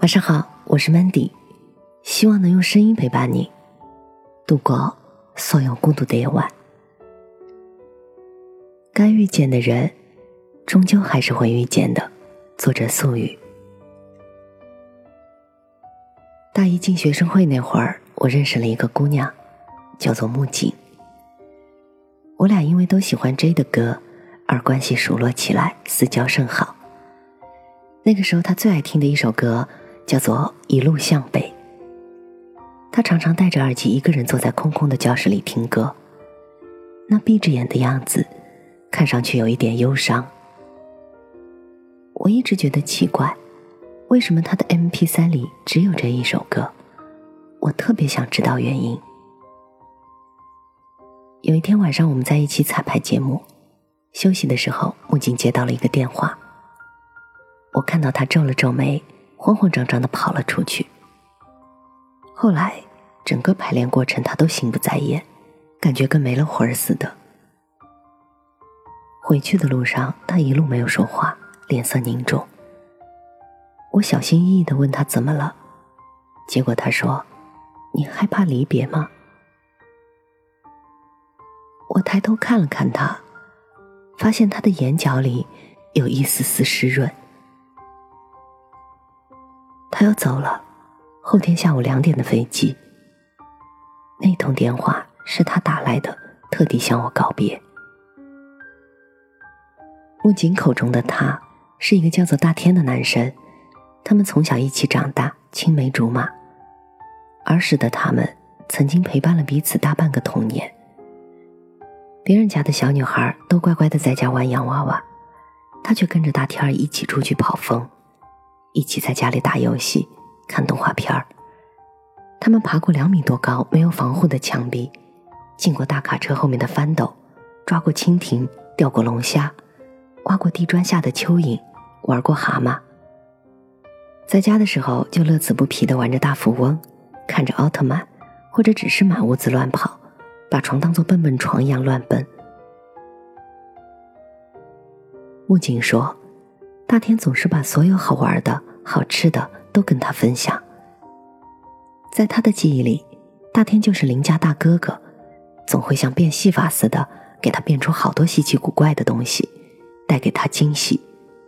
晚上好，我是 Mandy， 希望能用声音陪伴你度过所有孤独的夜晚。该遇见的人终究还是会遇见的，作者素语。大一进学生会那会儿，我认识了一个姑娘，叫做木槿。我俩因为都喜欢 J 的歌而关系熟络起来，私交甚好。那个时候她最爱听的一首歌叫做《一路向北》。她常常戴着耳机一个人坐在空空的教室里听歌，那闭着眼的样子看上去有一点忧伤。我一直觉得奇怪，为什么她的 MP3 里只有这一首歌？我特别想知道原因。有一天晚上我们在一起彩排节目，休息的时候木槿接到了一个电话。我看到她皱了皱眉，慌慌张张地跑了出去。后来整个排练过程她都心不在焉，感觉跟没了魂儿似的。回去的路上她一路没有说话，脸色凝重。我小心翼翼地问她怎么了，结果她说：“你害怕离别吗？”我抬头看了看她，发现她的眼角里有一丝丝湿润。她要走了，后天下午2点的飞机。那通电话是她打来的，特地向我告别。木槿口中的他是一个叫做大天的男生，他们从小一起长大，青梅竹马。儿时的他们曾经陪伴了彼此大半个童年。别人家的小女孩都乖乖地在家玩洋娃娃，她却跟着大天儿一起出去跑疯，一起在家里打游戏，看动画片儿。他们爬过2米多高没有防护的墙壁，进过大卡车后面的翻斗，抓过蜻蜓，钓过龙虾，挖过地砖下的蚯蚓，玩过蛤蟆。在家的时候就乐此不疲地玩着大富翁，看着奥特曼，或者只是满屋子乱跑，把床当作蹦蹦床一样乱蹦。木槿说，大天总是把所有好玩的好吃的都跟他分享。在他的记忆里，大天就是邻家大哥哥，总会像变戏法似的给他变出好多稀奇古怪的东西，带给他惊喜。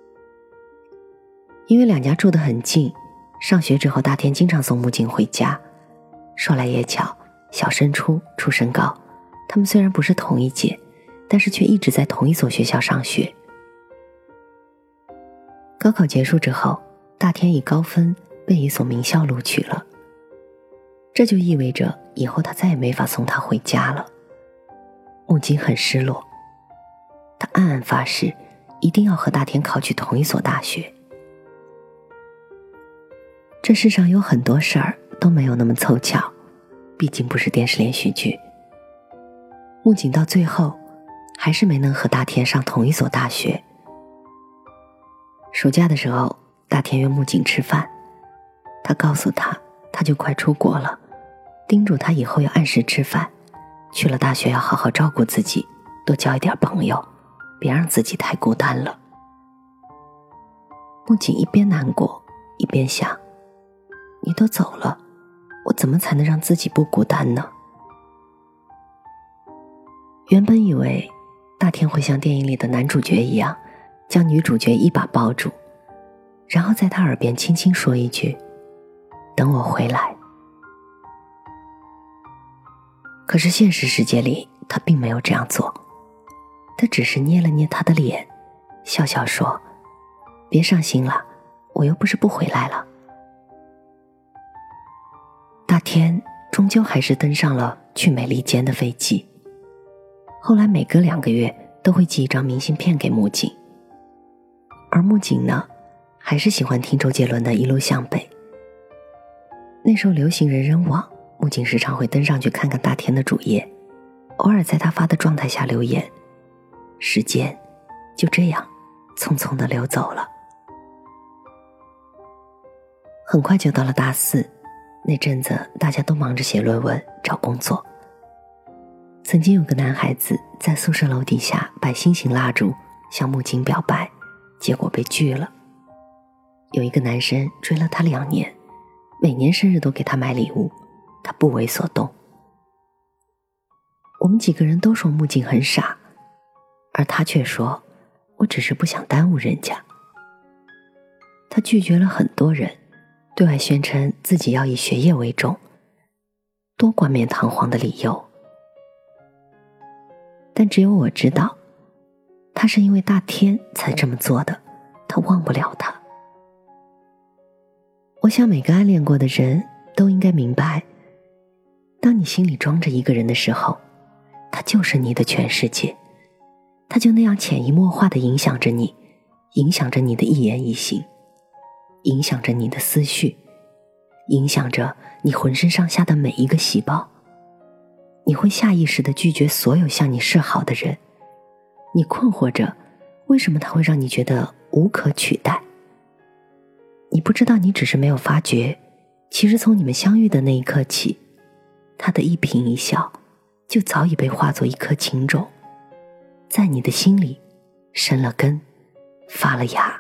因为2家住得很近，上学之后大天经常送木槿回家。说来也巧，小升初初升高，他们虽然不是同一届，但是却一直在同一所学校上学。高考结束之后，大天以高分被一所名校录取了，这就意味着以后他再也没法送他回家了。木槿很失落，他暗暗发誓一定要和大天考去同一所大学。这世上有很多事儿都没有那么凑巧，毕竟不是电视连续剧。木槿到最后还是没能和大天上同一所大学。暑假的时候，大天约木槿吃饭，他告诉他就快出国了，叮嘱他以后要按时吃饭，去了大学要好好照顾自己，多交一点朋友，别让自己太孤单了。木槿一边难过一边想，你都走了，我怎么才能让自己不孤单呢？原本以为大天会像电影里的男主角一样，将女主角一把抱住，然后在她耳边轻轻说一句，等我回来。可是现实世界里他并没有这样做，他只是捏了捏她的脸，笑笑说，别伤心了，我又不是不回来了。大天终究还是登上了去美利坚的飞机，后来每隔2个月都会寄一张明信片给木槿。而木槿呢，还是喜欢听周杰伦的《一路向北》。那时候流行人人网，木槿时常会登上去看看大天的主页，偶尔在他发的状态下留言。时间就这样匆匆地流走了。很快就到了大4，那阵子大家都忙着写论文找工作。曾经有个男孩子在宿舍楼底下摆星星蜡烛向木槿表白，结果被拒了。 有一个男生追了她2年，每年生日都给她买礼物，她不为所动。我们几个人都说木槿很傻，而她却说我只是不想耽误人家。她拒绝了很多人，对外宣称自己要以学业为重，多冠冕堂皇的理由。但只有我知道，她是因为大天才这么做的，她忘不了他。我想每个暗恋过的人都应该明白，当你心里装着一个人的时候，他就是你的全世界，他就那样潜移默化地影响着你，影响着你的一言一行，影响着你的思绪，影响着你浑身上下的每一个细胞。你会下意识地拒绝所有向你示好的人，你困惑着为什么他会让你觉得无可取代。你不知道，你只是没有发觉，其实从你们相遇的那一刻起，他的一颦一笑就早已被化作一颗情种，在你的心里生了根，发了芽。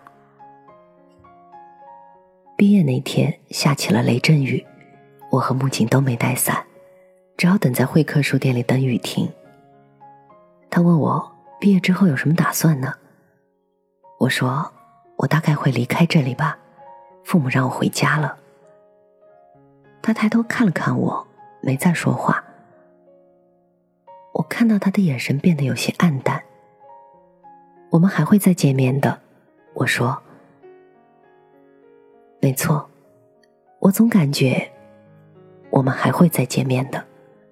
毕业那天下起了雷阵雨，我和木槿都没带伞，只好等在会客书店里等雨停。他问我毕业之后有什么打算呢？我说我大概会离开这里吧，父母让我回家了。他抬头看了看我，没再说话。我看到他的眼神变得有些黯淡。我们还会再见面的，我说。没错，我总感觉我们还会再见面的。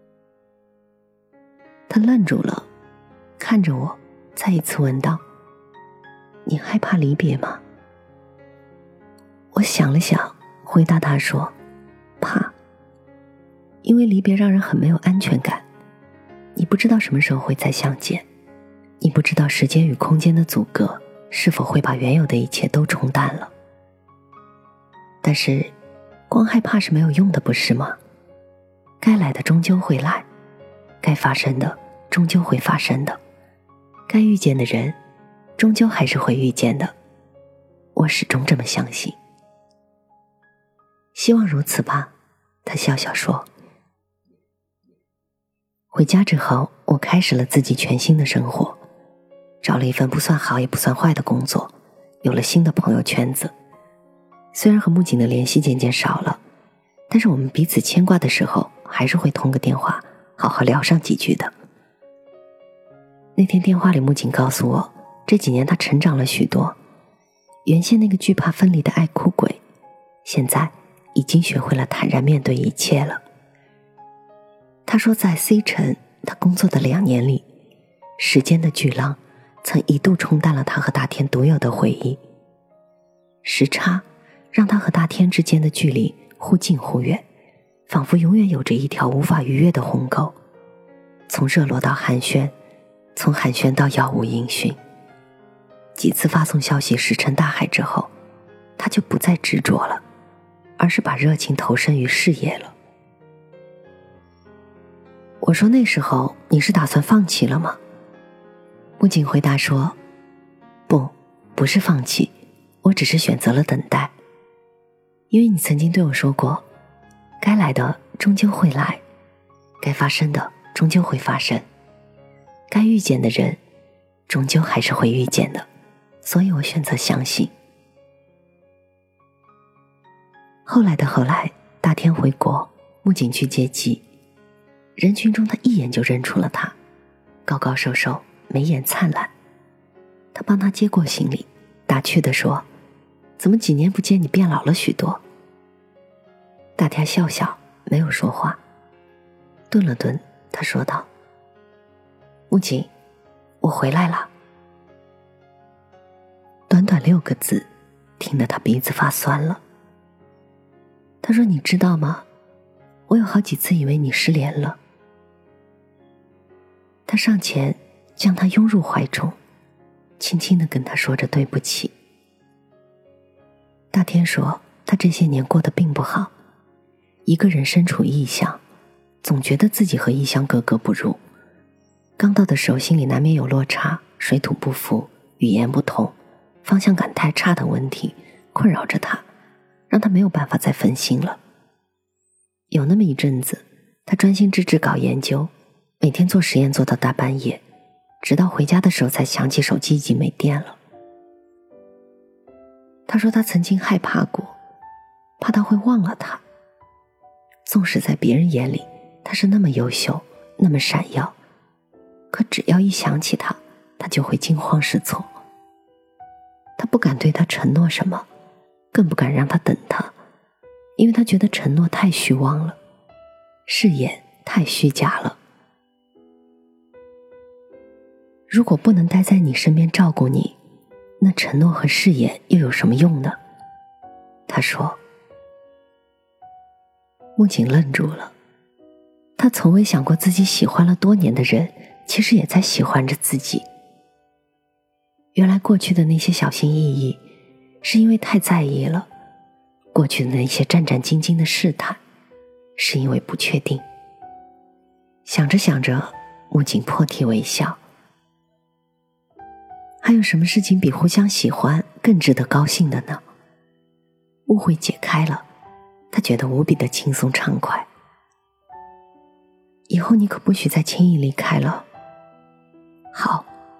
他愣住了，看着我，再一次问道：你害怕离别吗？我想了想，回答他说：怕。因为离别让人很没有安全感，你不知道什么时候会再相见，你不知道时间与空间的阻隔是否会把原有的一切都冲淡了。但是光害怕是没有用的，不是吗？该来的终究会来，该发生的终究会发生的，该遇见的人终究还是会遇见的，我始终这么相信。希望如此吧，他笑笑说。回家之后，我开始了自己全新的生活，找了一份不算好也不算坏的工作，有了新的朋友圈子。虽然和木槿的联系渐渐少了，但是我们彼此牵挂的时候还是会通个电话，好好聊上几句的。那天电话里木槿告诉我，这几年他成长了许多，原先那个惧怕分离的爱哭鬼，现在已经学会了坦然面对一切了。他说在 C 城他工作的2年里，时间的巨浪曾一度冲淡了他和大天独有的回忆，时差让他和大天之间的距离忽近忽远，仿佛永远有着一条无法逾越的鸿沟，从热络到寒暄，从寒暄到杳无音讯。几次发送消息石沉大海之后，他就不再执着了，而是把热情投身于事业了。我说那时候你是打算放弃了吗？木槿回答说，不是放弃，我只是选择了等待。因为你曾经对我说过，该来的终究会来，该发生的终究会发生，该遇见的人终究还是会遇见的，所以我选择相信。后来的后来，大天回国，木槿去接机，人群中他一眼就认出了他，高高瘦瘦，眉眼灿烂。他帮他接过行李，打趣地说，怎么几年不见你变老了许多？大天笑笑，没有说话。顿了顿，他说道，木槿，我回来了。短短6个字，听得他鼻子发酸了。他说，你知道吗？我有好几次以为你失联了。他上前将他拥入怀中，轻轻地跟他说着对不起。大天说，他这些年过得并不好，一个人身处异乡，总觉得自己和异乡格格不入。刚到的时候心里难免有落差，水土不服，语言不同，方向感太差等问题困扰着他，让他没有办法再分心了。有那么一阵子，他专心致志搞研究，每天做实验做到大半夜，直到回家的时候才想起手机已经没电了。他说他曾经害怕过，怕他会忘了他。纵使在别人眼里他是那么优秀，那么闪耀，可只要一想起他，他就会惊慌失措。他不敢对他承诺什么，更不敢让他等他，因为他觉得承诺太虚妄了，誓言太虚假了。如果不能待在你身边照顾你，那承诺和誓言又有什么用呢？他说。木槿愣住了，他从未想过自己喜欢了多年的人，其实也在喜欢着自己。原来过去的那些小心翼翼，是因为太在意了；过去的那些战战兢兢的试探，是因为不确定。想着想着，木槿破涕为笑。还有什么事情比互相喜欢更值得高兴的呢？误会解开了，他觉得无比的轻松畅快。以后你可不许再轻易离开了。好。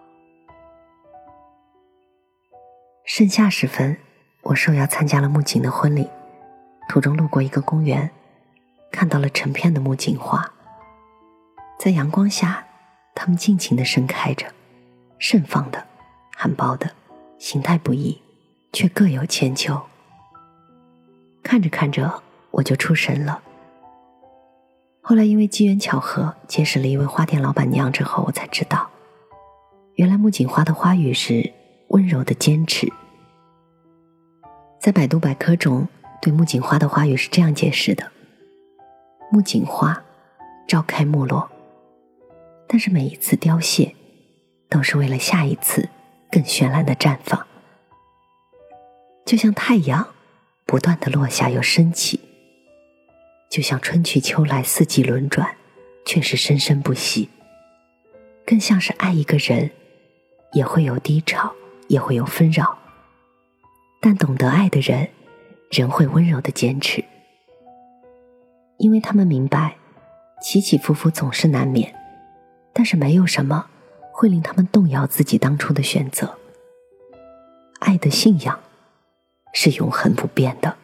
盛夏时分，我受邀参加了木槿的婚礼，途中路过一个公园，看到了成片的木槿花，在阳光下，它们尽情地盛开着，盛放的，含苞的，形态不一，却各有千秋。看着看着，我就出神了。后来因为机缘巧合结识了一位花店老板娘之后，我才知道，原来木槿花的花语是温柔的坚持。在百度百科中，对木槿花的花语是这样解释的：木槿花朝开暮落，但是每一次凋谢都是为了下一次更绚烂的绽放，就像太阳不断地落下又升起，就像春去秋来四季轮转，却是生生不息，更像是爱一个人，也会有低潮，也会有纷扰，但懂得爱的人仍会温柔地坚持，因为他们明白起起伏伏总是难免，但是没有什么会令他们动摇自己当初的选择。爱的信仰是永恒不变的。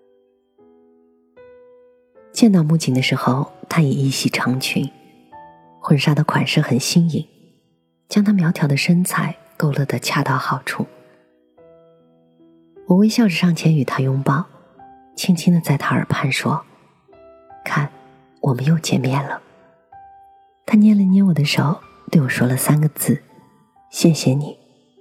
见到木槿的时候，她已一袭长裙，婚纱的款式很新颖，将她苗条的身材勾勒得恰到好处。我微笑着上前与她拥抱，轻轻地在她耳畔说：看，我们又见面了。她捏了捏我的手，对我说了3个字：谢谢你。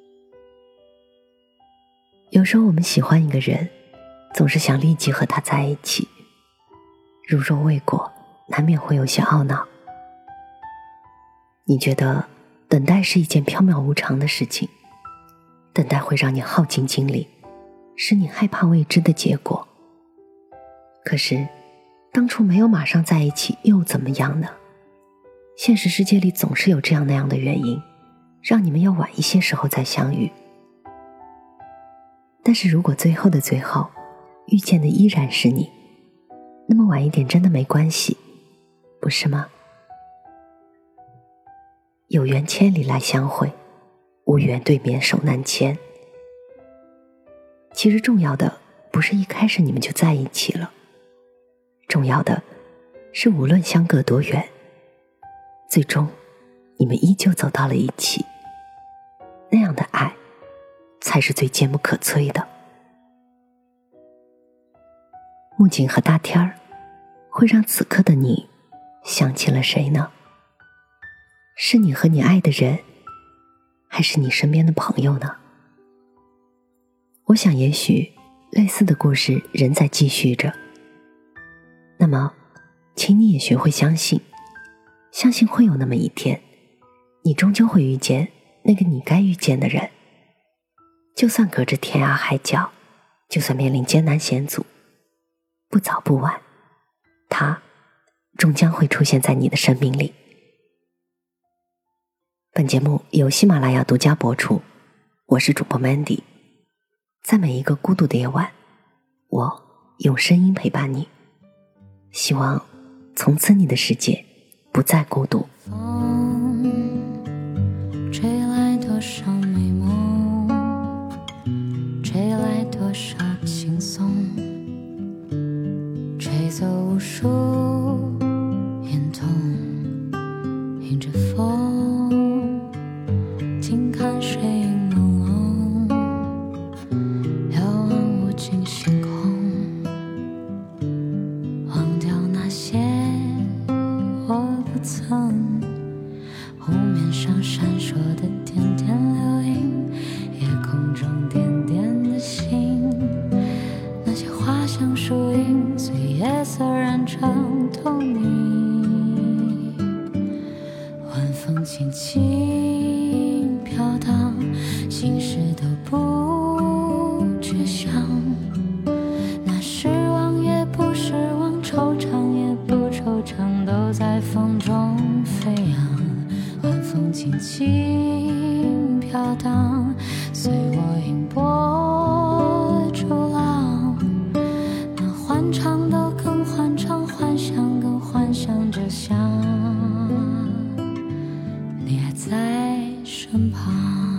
有时候我们喜欢一个人，总是想立即和他在一起，如若未果，难免会有些懊恼。你觉得等待是一件缥缈无常的事情，等待会让你耗尽精力，使你害怕未知的结果。可是当初没有马上在一起又怎么样呢？现实世界里总是有这样那样的原因，让你们要晚一些时候再相遇。但是如果最后的最后，遇见的依然是你，那么晚一点真的没关系，不是吗？有缘千里来相会，无缘对面手难牵。其实重要的不是一开始你们就在一起了，重要的是无论相隔多远，最终你们依旧走到了一起，那样的爱才是最坚不可摧的。木槿和大天儿会让此刻的你想起了谁呢？是你和你爱的人，还是你身边的朋友呢？我想也许类似的故事仍在继续着。那么请你也学会相信，相信会有那么一天，你终究会遇见那个你该遇见的人。就算隔着天涯海角，就算面临艰难险阻，不早不晚，他终将会出现在你的生命里。本节目由喜马拉雅独家播出，我是主播 Mandy， 在每一个孤独的夜晚，我用声音陪伴你，希望从此你的世界不再孤独。 风吹来多少美梦，吹来多少轻松，吹走无数眼痛，迎着风静看水影朦胧，遥望无尽星空，忘掉那些我不曾，湖面上闪烁的点点流萤，夜空中点点的星，那些花香树影随夜色染成透明，晚风轻轻飘荡，心事都不觉晓，那失望也不失望，惆怅也不惆怅，都在风中飞扬，晚风轻轻飘荡，随我迎波逐浪，那欢唱都更欢唱，幻想更幻想，就像你还在身旁。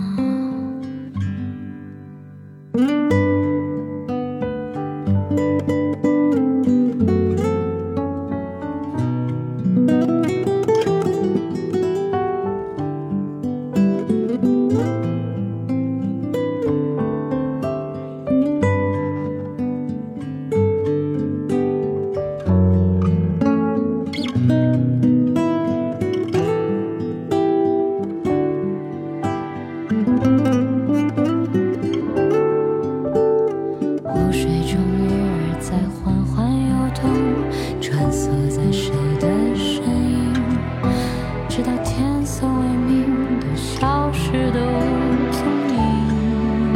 湖水中鱼儿在缓缓游动，穿梭在谁的身影，直到天色微明，都消失得无踪影。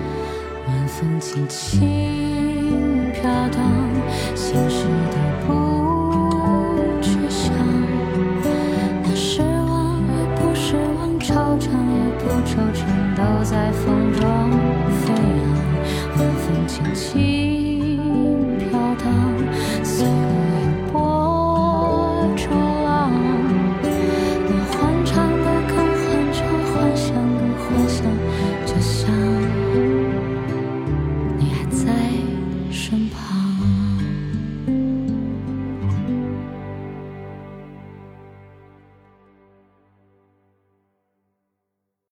晚风轻轻飘荡，心事都不